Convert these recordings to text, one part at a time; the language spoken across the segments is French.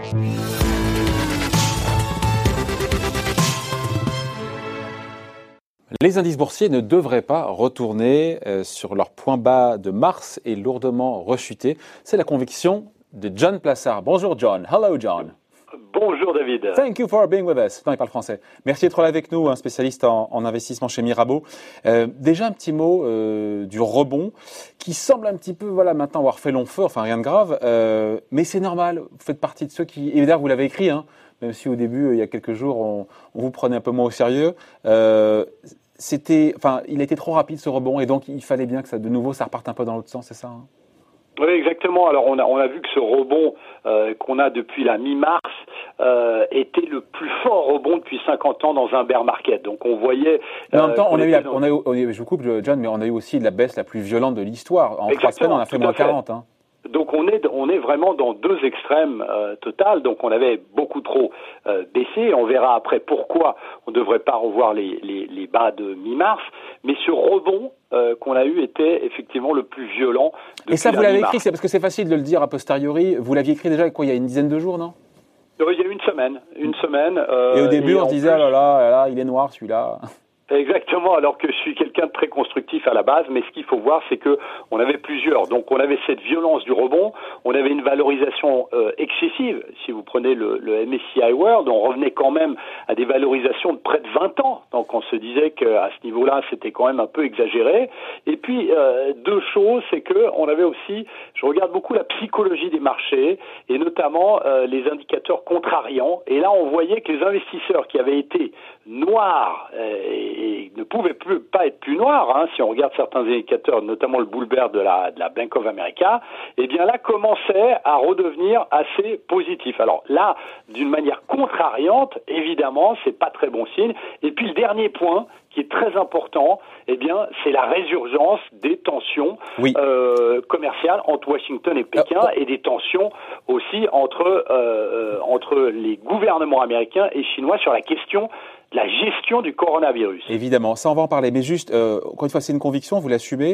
Les indices boursiers ne devraient pas retourner sur leur point bas de mars et lourdement rechuter. C'est la conviction de John Plassard. Bonjour John. Hello John. Bonjour David. Thank you for being with us. Non, il parle français. Merci d'être là avec nous, un spécialiste en investissement chez Mirabeau. Déjà un petit mot du rebond qui semble un petit peu, maintenant avoir fait long feu, enfin rien de grave, mais c'est normal. Vous faites partie de ceux qui, et d'ailleurs vous l'avez écrit, même si au début, il y a quelques jours, on vous prenait un peu moins au sérieux. Il a été trop rapide ce rebond et donc il fallait bien que de nouveau ça reparte un peu dans l'autre sens, c'est ça Oui, exactement. Alors on a vu que ce rebond qu'on a depuis la mi-mars était le plus fort rebond depuis 50 ans dans un bear market. Donc on voyait. Mais en même temps, je vous coupe, John, mais on a eu aussi la baisse la plus violente de l'histoire. En 3 semaines, on a fait moins 40. Donc on est vraiment dans deux extrêmes totales. Donc on avait beaucoup trop baissé. On verra après pourquoi on ne devrait pas revoir les bas de mi-mars. Mais ce rebond qu'on a eu était effectivement le plus violent. Et ça, vous l'avez écrit, c'est parce que c'est facile de le dire a posteriori. Vous l'aviez écrit déjà il y a une dizaine de jours, non? Il y a une semaine. Et au début, on se disait, oh là, il est noir celui-là. Exactement, alors que je suis quelqu'un de très constructif à la base, mais ce qu'il faut voir, c'est que on avait plusieurs. Donc on avait cette violence du rebond, on avait une valorisation excessive. Si vous prenez le MSCI World, on revenait quand même à des valorisations de près de 20 ans. Donc on se disait qu'à ce niveau-là, c'était quand même un peu exagéré. Et puis deux choses, c'est que on avait aussi, je regarde beaucoup la psychologie des marchés et notamment les indicateurs contrariants. Et là, on voyait que les investisseurs qui avaient été noirs et ne pouvait pas être plus noir, si on regarde certains indicateurs, notamment le bull bear de la Bank of America, eh bien là commençait à redevenir assez positif. Alors là, d'une manière contrariante, évidemment, c'est pas très bon signe. Et puis le dernier point, qui est très important, eh bien, c'est la résurgence des tensions commerciales entre Washington et Pékin et des tensions aussi entre les gouvernements américains et chinois sur la question de la gestion du coronavirus. Évidemment, ça on va en parler, mais juste, encore une fois, c'est une conviction, vous l'assumez.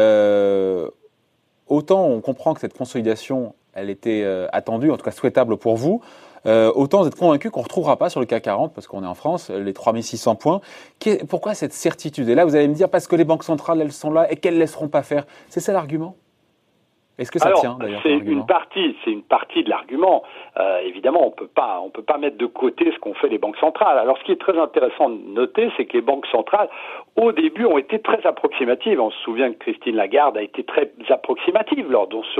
Autant on comprend que cette consolidation, elle était attendue, en tout cas souhaitable pour vous. Autant vous êtes convaincu qu'on ne retrouvera pas sur le CAC 40, parce qu'on est en France, les 3600 points. Pourquoi cette certitude? Et là, vous allez me dire, parce que les banques centrales, elles sont là et qu'elles ne laisseront pas faire. C'est ça l'argument? Est-ce que ça tient d'ailleurs? C'est une partie de l'argument. Évidemment, on peut pas mettre de côté ce qu'ont fait les banques centrales. Alors, ce qui est très intéressant de noter, c'est que les banques centrales, au début, ont été très approximatives. On se souvient que Christine Lagarde a été très approximative lors de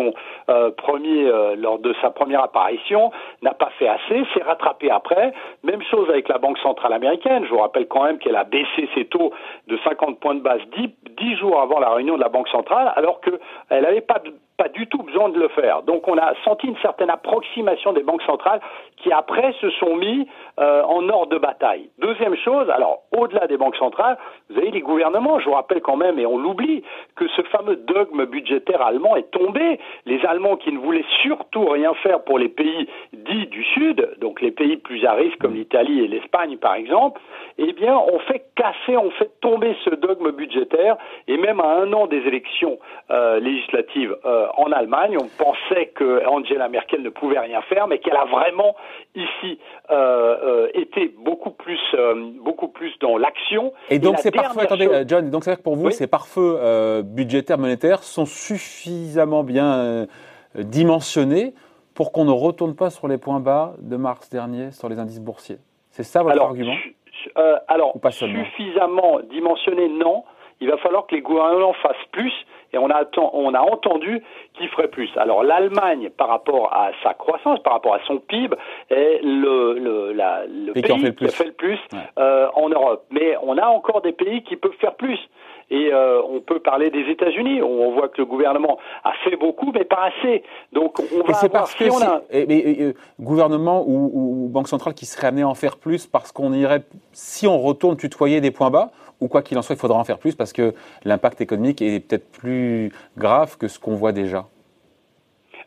sa première apparition, n'a pas fait assez, s'est rattrapée après. Même chose avec la Banque centrale américaine. Je vous rappelle quand même qu'elle a baissé ses taux de 50 points de base 10 jours avant la réunion de la Banque centrale, alors qu'elle n'avait pas du tout besoin de le faire. Donc on a senti une certaine approximation des banques centrales qui après se sont mis en ordre de bataille. Deuxième chose, alors au-delà des banques centrales, vous avez les gouvernements. Je vous rappelle quand même, et on l'oublie, que ce fameux dogme budgétaire allemand est tombé. Les Allemands qui ne voulaient surtout rien faire pour les pays dits du Sud, donc les pays plus à risque comme l'Italie et l'Espagne par exemple, eh bien on fait tomber ce dogme budgétaire et même à un an des élections législatives en Allemagne, on pensait que Angela Merkel ne pouvait rien faire, mais qu'elle a vraiment ici été beaucoup plus dans l'action. Et donc ces pare-feux, John, donc c'est-à-dire que pour vous, ces pare-feux budgétaires, monétaires sont suffisamment bien dimensionnés pour qu'on ne retourne pas sur les points bas de mars dernier sur les indices boursiers. C'est ça votre argument? Suffisamment dimensionné, non. Il va falloir que les gouvernements fassent plus, et on a entendu qu'ils feraient plus. Alors l'Allemagne, par rapport à sa croissance, par rapport à son PIB, est le pays qui a fait le plus en Europe. Mais on a encore des pays qui peuvent faire plus. Et on peut parler des États-Unis, où on voit que le gouvernement a fait beaucoup, mais pas assez. Donc on va avoir, gouvernement ou banque centrale qui serait amené à en faire plus parce qu'on irait, si on retourne tutoyer des points bas, ou quoi qu'il en soit, il faudra en faire plus parce que l'impact économique est peut-être plus grave que ce qu'on voit déjà.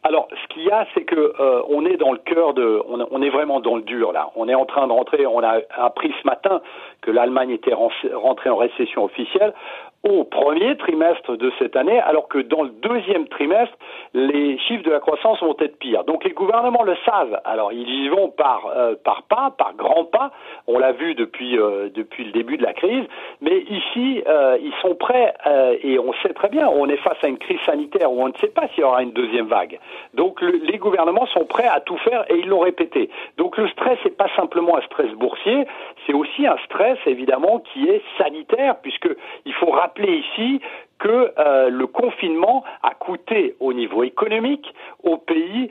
Alors, ce qu'il y a, c'est que on est dans le cœur on est vraiment dans le dur là. On est en train de rentrer. On a appris ce matin que l'Allemagne était rentrée en récession officielle au premier trimestre de cette année, alors que dans le deuxième trimestre, les chiffres de la croissance vont être pires. Donc les gouvernements le savent. Alors ils y vont par pas, par grands pas. On l'a vu depuis le début de la crise. Mais ici, ils sont prêts et on sait très bien, on est face à une crise sanitaire où on ne sait pas s'il y aura une deuxième vague. Donc les gouvernements sont prêts à tout faire et ils l'ont répété. Donc le stress n'est pas simplement un stress boursier, c'est aussi un stress évidemment qui est sanitaire, puisque il faut rappeler ici que le confinement a coûté au niveau économique au pays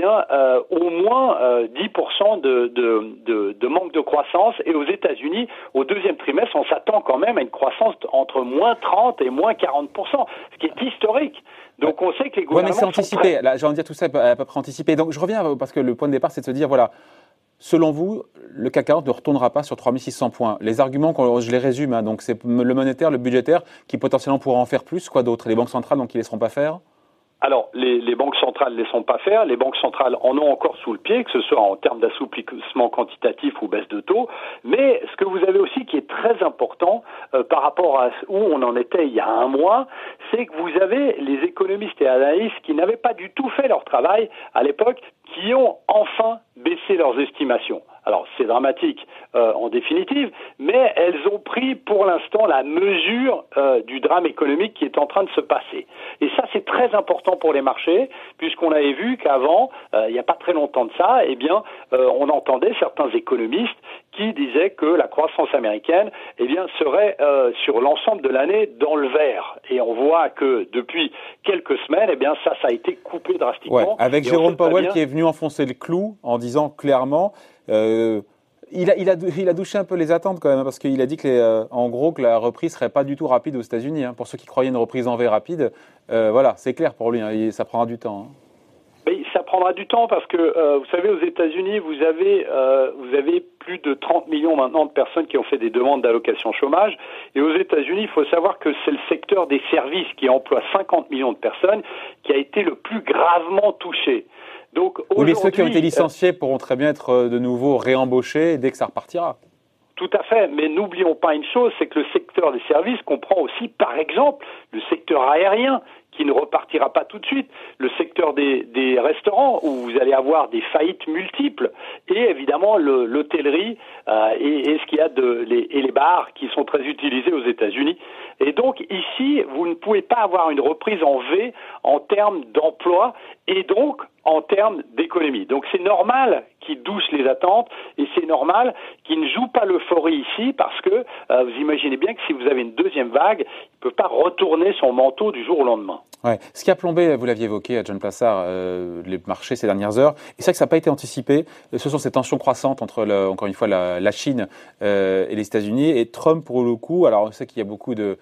au moins 10% de manque de croissance, et aux États-Unis au deuxième trimestre on s'attend quand même à une croissance entre moins 30 et moins 40%, ce qui est historique. Donc on sait que les gouvernements mais c'est anticipé. Là, j'ai envie de dire tout ça à peu près anticipé. Donc je reviens parce que le point de départ c'est de se dire voilà. Selon vous, le CAC 40 ne retournera pas sur 3600 points. Les arguments, je les résume, donc c'est le monétaire, le budgétaire, qui potentiellement pourra en faire plus. Quoi d'autre? Les banques centrales, donc, qui ne laisseront pas faire? Alors, les banques centrales ne laisseront pas faire. Les banques centrales en ont encore sous le pied, que ce soit en termes d'assouplissement quantitatif ou baisse de taux. Mais ce que vous avez aussi qui est très important par rapport à où on en était il y a un mois, c'est que vous avez les économistes et analystes qui n'avaient pas du tout fait leur travail à l'époque, qui ont enfin baissé leurs estimations. Alors, c'est dramatique en définitive, mais elles ont pris pour l'instant la mesure du drame économique qui est en train de se passer. Et ça, c'est très important pour les marchés, puisqu'on avait vu qu'avant, il n'y a pas très longtemps de ça, on entendait certains économistes qui disaient que la croissance américaine serait sur l'ensemble de l'année dans le vert. Et on voit que depuis quelques semaines, ça a été coupé drastiquement. Ouais, avec Jérôme Powell qui est venu enfoncer le clou en disant clairement... il a douché un peu les attentes quand même, parce qu'il a dit que en gros que la reprise serait pas du tout rapide aux États-Unis. Pour ceux qui croyaient une reprise en V rapide, voilà, c'est clair pour lui. Ça prendra du temps. Mais ça prendra du temps parce que vous savez, aux États-Unis, vous avez plus de 30 millions maintenant de personnes qui ont fait des demandes d'allocation chômage. Et aux États-Unis, il faut savoir que c'est le secteur des services qui emploie 50 millions de personnes qui a été le plus gravement touché. Donc, oui, mais ceux qui ont été licenciés pourront très bien être de nouveau réembauchés dès que ça repartira. Tout à fait, mais n'oublions pas une chose, c'est que le secteur des services comprend aussi, par exemple, le secteur aérien, qui ne repartira pas tout de suite, le secteur des restaurants, où vous allez avoir des faillites multiples, et évidemment l'hôtellerie et ce qu'il y a et les bars qui sont très utilisés aux États-Unis. Et donc ici, vous ne pouvez pas avoir une reprise en V en termes d'emploi et donc en termes d'économie. Donc c'est normal qu'ils douchent les attentes et c'est normal qu'ils ne jouent pas l'euphorie ici parce que vous imaginez bien que si vous avez une deuxième vague, il ne peut pas retourner son manteau du jour au lendemain. Ouais. Ce qui a plombé, vous l'aviez évoqué, John Plassard, les marchés ces dernières heures, et c'est vrai que ça n'a pas été anticipé, ce sont ces tensions croissantes entre, encore une fois, la Chine et les États-Unis, et Trump, pour le coup, alors on sait qu'il y a beaucoup de...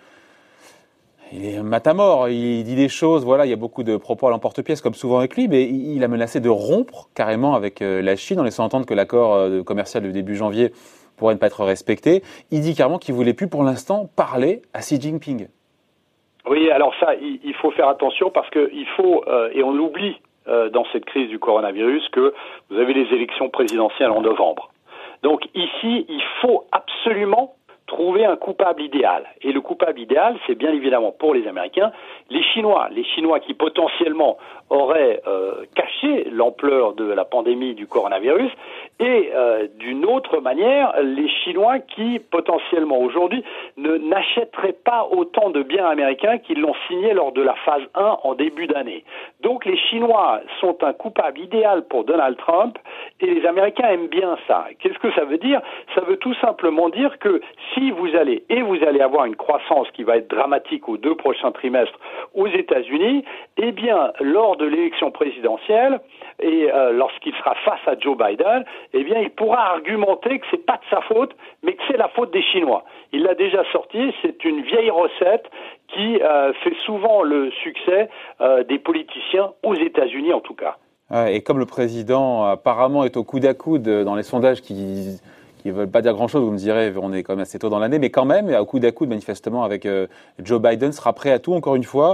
Il est matamor, il dit des choses, voilà, il y a beaucoup de propos à l'emporte-pièce, comme souvent avec lui, mais il a menacé de rompre carrément avec la Chine en laissant entendre que l'accord commercial de début janvier pourrait ne pas être respecté. Il dit carrément qu'il ne voulait plus pour l'instant parler à Xi Jinping. Oui, alors ça, il faut faire attention parce qu'il faut, et on l'oublie dans cette crise du coronavirus, que vous avez les élections présidentielles en novembre. Donc ici, il faut absolument trouver un coupable idéal. Et le coupable idéal, c'est bien évidemment pour les Américains, les Chinois qui potentiellement auraient caché l'ampleur de la pandémie du coronavirus, et d'une autre manière, les Chinois qui potentiellement aujourd'hui n'achèteraient pas autant de biens américains qu'ils l'ont signé lors de la phase 1 en début d'année. Donc les Chinois sont un coupable idéal pour Donald Trump et les Américains aiment bien ça. Qu'est-ce que ça veut dire? Ça veut tout simplement dire que si vous allez avoir une croissance qui va être dramatique aux 2 prochains trimestres aux États-Unis, eh bien, lors de l'élection présidentielle et lorsqu'il sera face à Joe Biden, eh bien, il pourra argumenter que c'est pas de sa faute, mais que c'est la faute des Chinois. Il l'a déjà sorti, c'est une vieille recette qui fait souvent le succès des politiciens aux États-Unis en tout cas. Et comme le président apparemment est au coude à coude dans les sondages qui ne veulent pas dire grand-chose, vous me direz, on est quand même assez tôt dans l'année, mais quand même, au coude à coude manifestement avec Joe Biden, sera prêt à tout, encore une fois,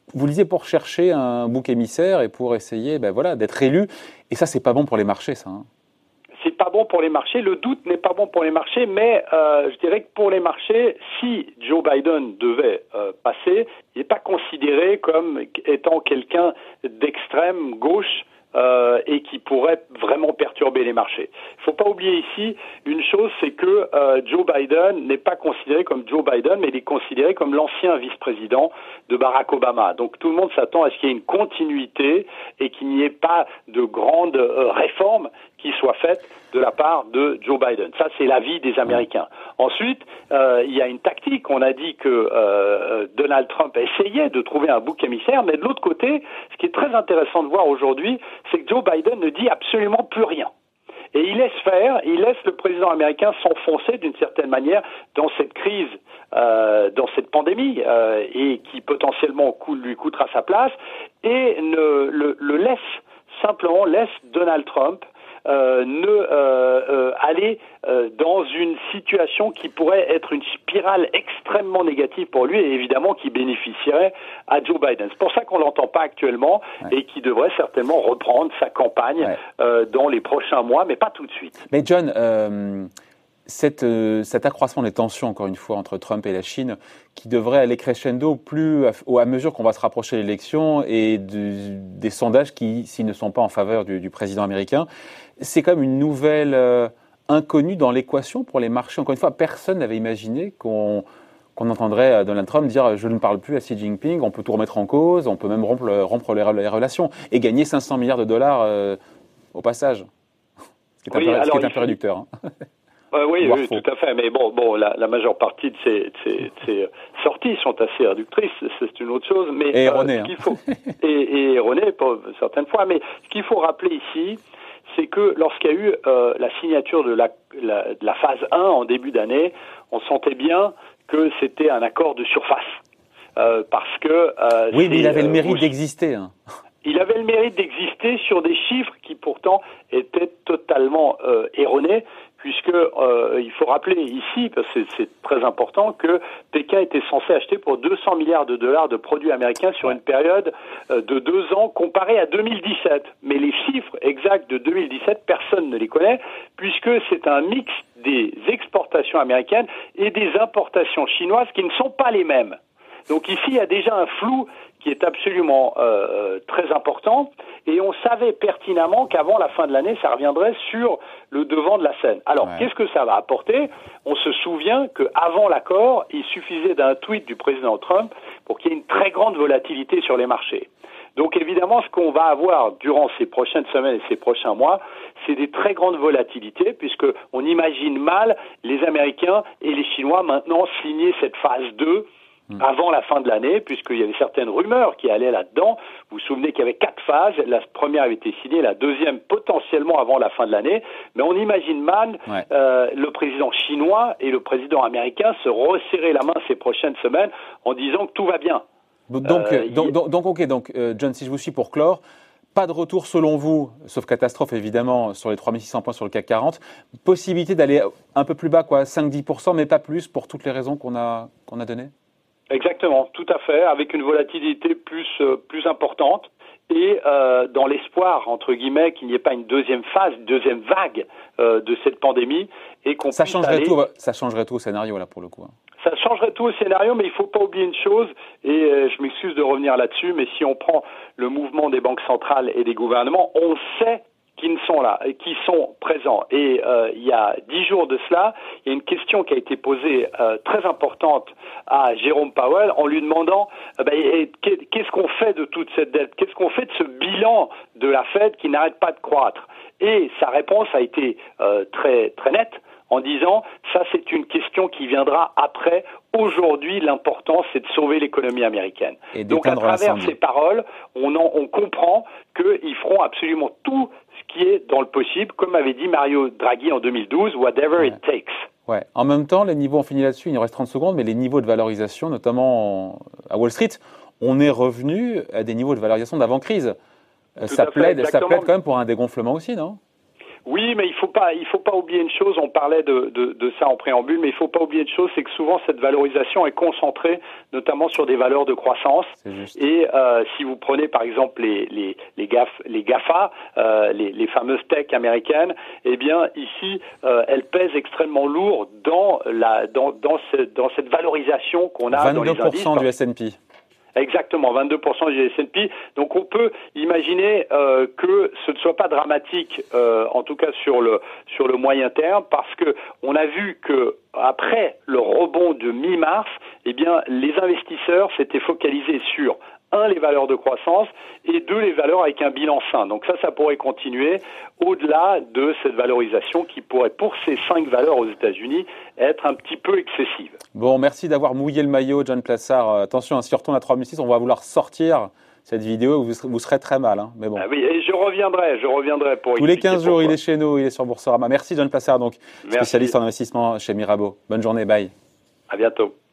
vous disiez pour chercher un bouc émissaire et pour essayer d'être élu. Et ça, c'est pas bon pour les marchés, ça. Hein. C'est pas bon pour les marchés. Le doute n'est pas bon pour les marchés, mais je dirais que pour les marchés, si Joe Biden devait passer, il n'est pas considéré comme étant quelqu'un d'extrême gauche et qui pourrait vraiment perturber les marchés. Il ne faut pas oublier ici une chose, c'est que Joe Biden n'est pas considéré comme Joe Biden, mais il est considéré comme l'ancien vice-président de Barack Obama. Donc tout le monde s'attend à ce qu'il y ait une continuité et qu'il n'y ait pas de grandes réformes qui soient faites de la part de Joe Biden. Ça, c'est l'avis des Américains. Ensuite, il y a une tactique. On a dit que Donald Trump essayait de trouver un bouc émissaire, mais de l'autre côté, ce qui est très intéressant de voir aujourd'hui, c'est que Joe Biden ne dit absolument plus rien. Et il laisse faire, il laisse le président américain s'enfoncer d'une certaine manière dans cette crise, dans cette pandémie, et qui potentiellement lui coûtera sa place, et le laisse Donald Trump aller dans une situation qui pourrait être une spirale extrêmement négative pour lui et évidemment qui bénéficierait à Joe Biden. C'est pour ça qu'on l'entend pas actuellement et qui devrait certainement reprendre sa campagne dans les prochains mois, mais pas tout de suite. Mais John, cet accroissement des tensions, encore une fois, entre Trump et la Chine, qui devrait aller crescendo à mesure qu'on va se rapprocher de l'élection et des sondages qui, s'ils ne sont pas en faveur du président américain, c'est comme une nouvelle inconnue dans l'équation pour les marchés. Encore une fois, personne n'avait imaginé qu'on entendrait Donald Trump dire « je ne parle plus à Xi Jinping, on peut tout remettre en cause, on peut même rompre les relations et gagner 500 milliards de dollars au passage ». Ce qui est un peu réducteur. Hein. Oui, tout à fait. Mais bon, la majeure partie de ces sorties sont assez réductrices. C'est une autre chose. Mais et erronées. Et erronées certaines fois. Mais ce qu'il faut rappeler ici, c'est que lorsqu'il y a eu la signature de la phase 1 en début d'année, on sentait bien que c'était un accord de surface. Parce que oui, mais il avait le mérite d'exister. Hein. Il avait le mérite d'exister sur des chiffres qui pourtant étaient totalement erronés, puisque il faut rappeler ici, parce que c'est très important, que Pékin était censé acheter pour 200 milliards de dollars de produits américains sur une période de 2 ans comparée à 2017. Mais les chiffres exacts de 2017, personne ne les connaît, puisque c'est un mix des exportations américaines et des importations chinoises qui ne sont pas les mêmes. Donc ici, il y a déjà un flou qui est absolument très important et on savait pertinemment qu'avant la fin de l'année, ça reviendrait sur le devant de la scène. Alors, qu'est-ce que ça va apporter ? On se souvient qu'avant l'accord, il suffisait d'un tweet du président Trump pour qu'il y ait une très grande volatilité sur les marchés. Donc évidemment, ce qu'on va avoir durant ces prochaines semaines et ces prochains mois, c'est des très grandes volatilités, puisqu'on imagine mal les Américains et les Chinois maintenant signer cette phase 2 avant la fin de l'année, puisqu'il y avait certaines rumeurs qui allaient là-dedans. Vous vous souvenez qu'il y avait 4 phases. La première avait été signée, la deuxième potentiellement avant la fin de l'année. Mais on imagine mal le président chinois et le président américain se resserrer la main ces prochaines semaines en disant que tout va bien. Donc, John, si je vous suis pour clore, pas de retour selon vous, sauf catastrophe évidemment, sur les 3600 points sur le CAC 40. Possibilité d'aller un peu plus bas, 5-10%, mais pas plus, pour toutes les raisons qu'on a données ? Exactement, tout à fait, avec une volatilité plus importante et dans l'espoir, entre guillemets, qu'il n'y ait pas une deuxième phase, une deuxième vague de cette pandémie et qu'on ça changerait tout au scénario là pour le coup. Ça changerait tout au scénario, mais il ne faut pas oublier une chose, et je m'excuse de revenir là-dessus, mais si on prend le mouvement des banques centrales et des gouvernements, on sait qui sont là, qui sont présents. Et il y a 10 jours de cela, il y a une question qui a été posée très importante à Jérôme Powell en lui demandant qu'est-ce qu'on fait de toute cette dette, qu'est-ce qu'on fait de ce bilan de la Fed qui n'arrête pas de croître. Et sa réponse a été très très nette en disant ça c'est une question qui viendra après. Aujourd'hui, l'important c'est de sauver l'économie américaine. Et donc à travers ces paroles, on comprend qu'ils feront absolument tout ce qui est dans le possible, comme avait dit Mario Draghi en 2012, whatever it takes. Ouais. En même temps, les niveaux, on finit là-dessus, il nous reste 30 secondes, mais les niveaux de valorisation, notamment à Wall Street, on est revenu à des niveaux de valorisation d'avant-crise. Ça plaide quand même pour un dégonflement aussi, non ? Oui, mais il faut pas oublier une chose. On parlait de ça en préambule, mais il faut pas oublier une chose, c'est que souvent cette valorisation est concentrée, notamment sur des valeurs de croissance. Et si vous prenez par exemple les GAFA, les fameuses tech américaines, eh bien ici elles pèsent extrêmement lourd dans cette valorisation qu'on a dans les indices. 22% du S&P. Exactement, 22% du S&P. Donc on peut imaginer que ce ne soit pas dramatique, en tout cas sur le moyen terme, parce que on a vu que après le rebond de mi-mars, eh bien les investisseurs s'étaient focalisés sur les valeurs de croissance et les valeurs avec un bilan sain. Donc ça pourrait continuer au-delà de cette valorisation qui pourrait, pour ces 5 valeurs aux États-Unis, être un petit peu excessive. Bon, merci d'avoir mouillé le maillot, John Plassard. Attention, si on retourne à 3006, on va vouloir sortir cette vidéo, vous serez très mal. Hein, mais bon. Ah oui, et je reviendrai pour tous les 15 jours, il est chez nous, il est sur Boursorama. Merci John Plassard, donc spécialiste en investissement chez Mirabeau. Bonne journée, bye. À bientôt.